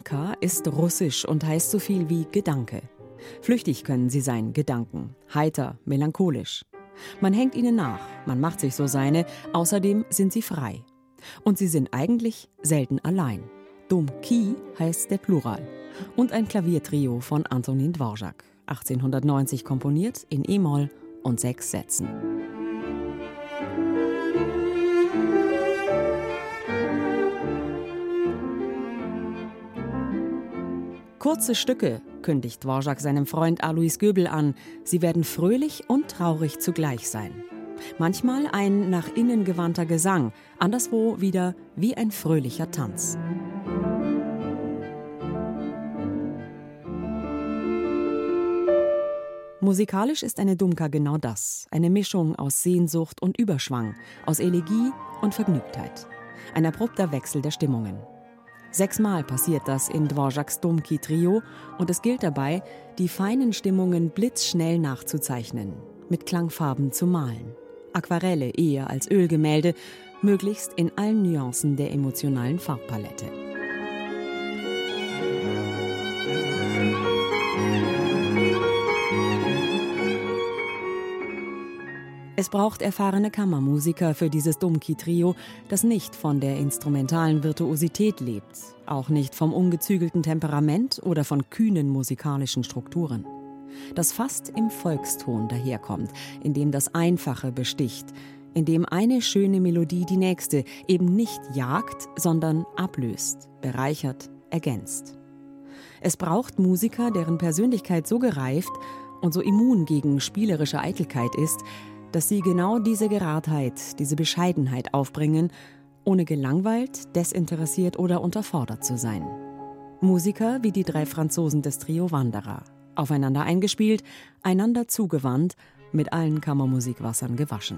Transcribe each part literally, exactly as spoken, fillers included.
Dvorák ist russisch und heißt so viel wie Gedanke. Flüchtig können sie sein, Gedanken, heiter, melancholisch. Man hängt ihnen nach, man macht sich so seine, außerdem sind sie frei. Und sie sind eigentlich selten allein. Dumki heißt der Plural. Und ein Klaviertrio von Antonín Dvořák, achtzehnhundertneunzig komponiert in E-Moll und sechs Sätzen. Kurze Stücke, kündigt Dvořák seinem Freund Alois Göbel an. Sie werden fröhlich und traurig zugleich sein. Manchmal ein nach innen gewandter Gesang, anderswo wieder wie ein fröhlicher Tanz. Musikalisch ist eine Dumka genau das, eine Mischung aus Sehnsucht und Überschwang, aus Elegie und Vergnügtheit. Ein abrupter Wechsel der Stimmungen. Sechsmal passiert das in Dvořáks Dumki-Trio und es gilt dabei, die feinen Stimmungen blitzschnell nachzuzeichnen, mit Klangfarben zu malen. Aquarelle eher als Ölgemälde, möglichst in allen Nuancen der emotionalen Farbpalette. Es braucht erfahrene Kammermusiker für dieses Dumki-Trio, das nicht von der instrumentalen Virtuosität lebt, auch nicht vom ungezügelten Temperament oder von kühnen musikalischen Strukturen. Das fast im Volkston daherkommt, in dem das Einfache besticht, in dem eine schöne Melodie die nächste eben nicht jagt, sondern ablöst, bereichert, ergänzt. Es braucht Musiker, deren Persönlichkeit so gereift und so immun gegen spielerische Eitelkeit ist, dass sie genau diese Geradheit, diese Bescheidenheit aufbringen, ohne gelangweilt, desinteressiert oder unterfordert zu sein. Musiker wie die drei Franzosen des Trio Wanderer, aufeinander eingespielt, einander zugewandt, mit allen Kammermusikwassern gewaschen.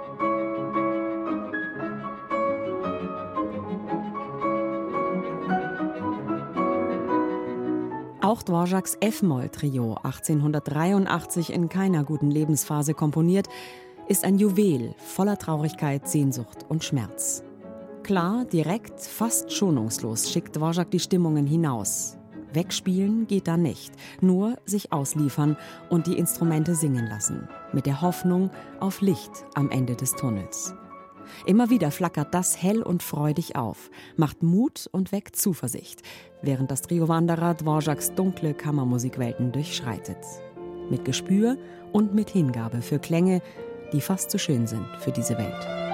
Auch Dvořáks F-Moll-Trio, achtzehnhundertdreiundachtzig in keiner guten Lebensphase komponiert, ist ein Juwel voller Traurigkeit, Sehnsucht und Schmerz. Klar, direkt, fast schonungslos schickt Dvořák die Stimmungen hinaus. Wegspielen geht da nicht, nur sich ausliefern und die Instrumente singen lassen, mit der Hoffnung auf Licht am Ende des Tunnels. Immer wieder flackert das hell und freudig auf, macht Mut und weckt Zuversicht, während das Trio Wanderer Dvořáks dunkle Kammermusikwelten durchschreitet. Mit Gespür und mit Hingabe für Klänge, die fast zu schön sind für diese Welt.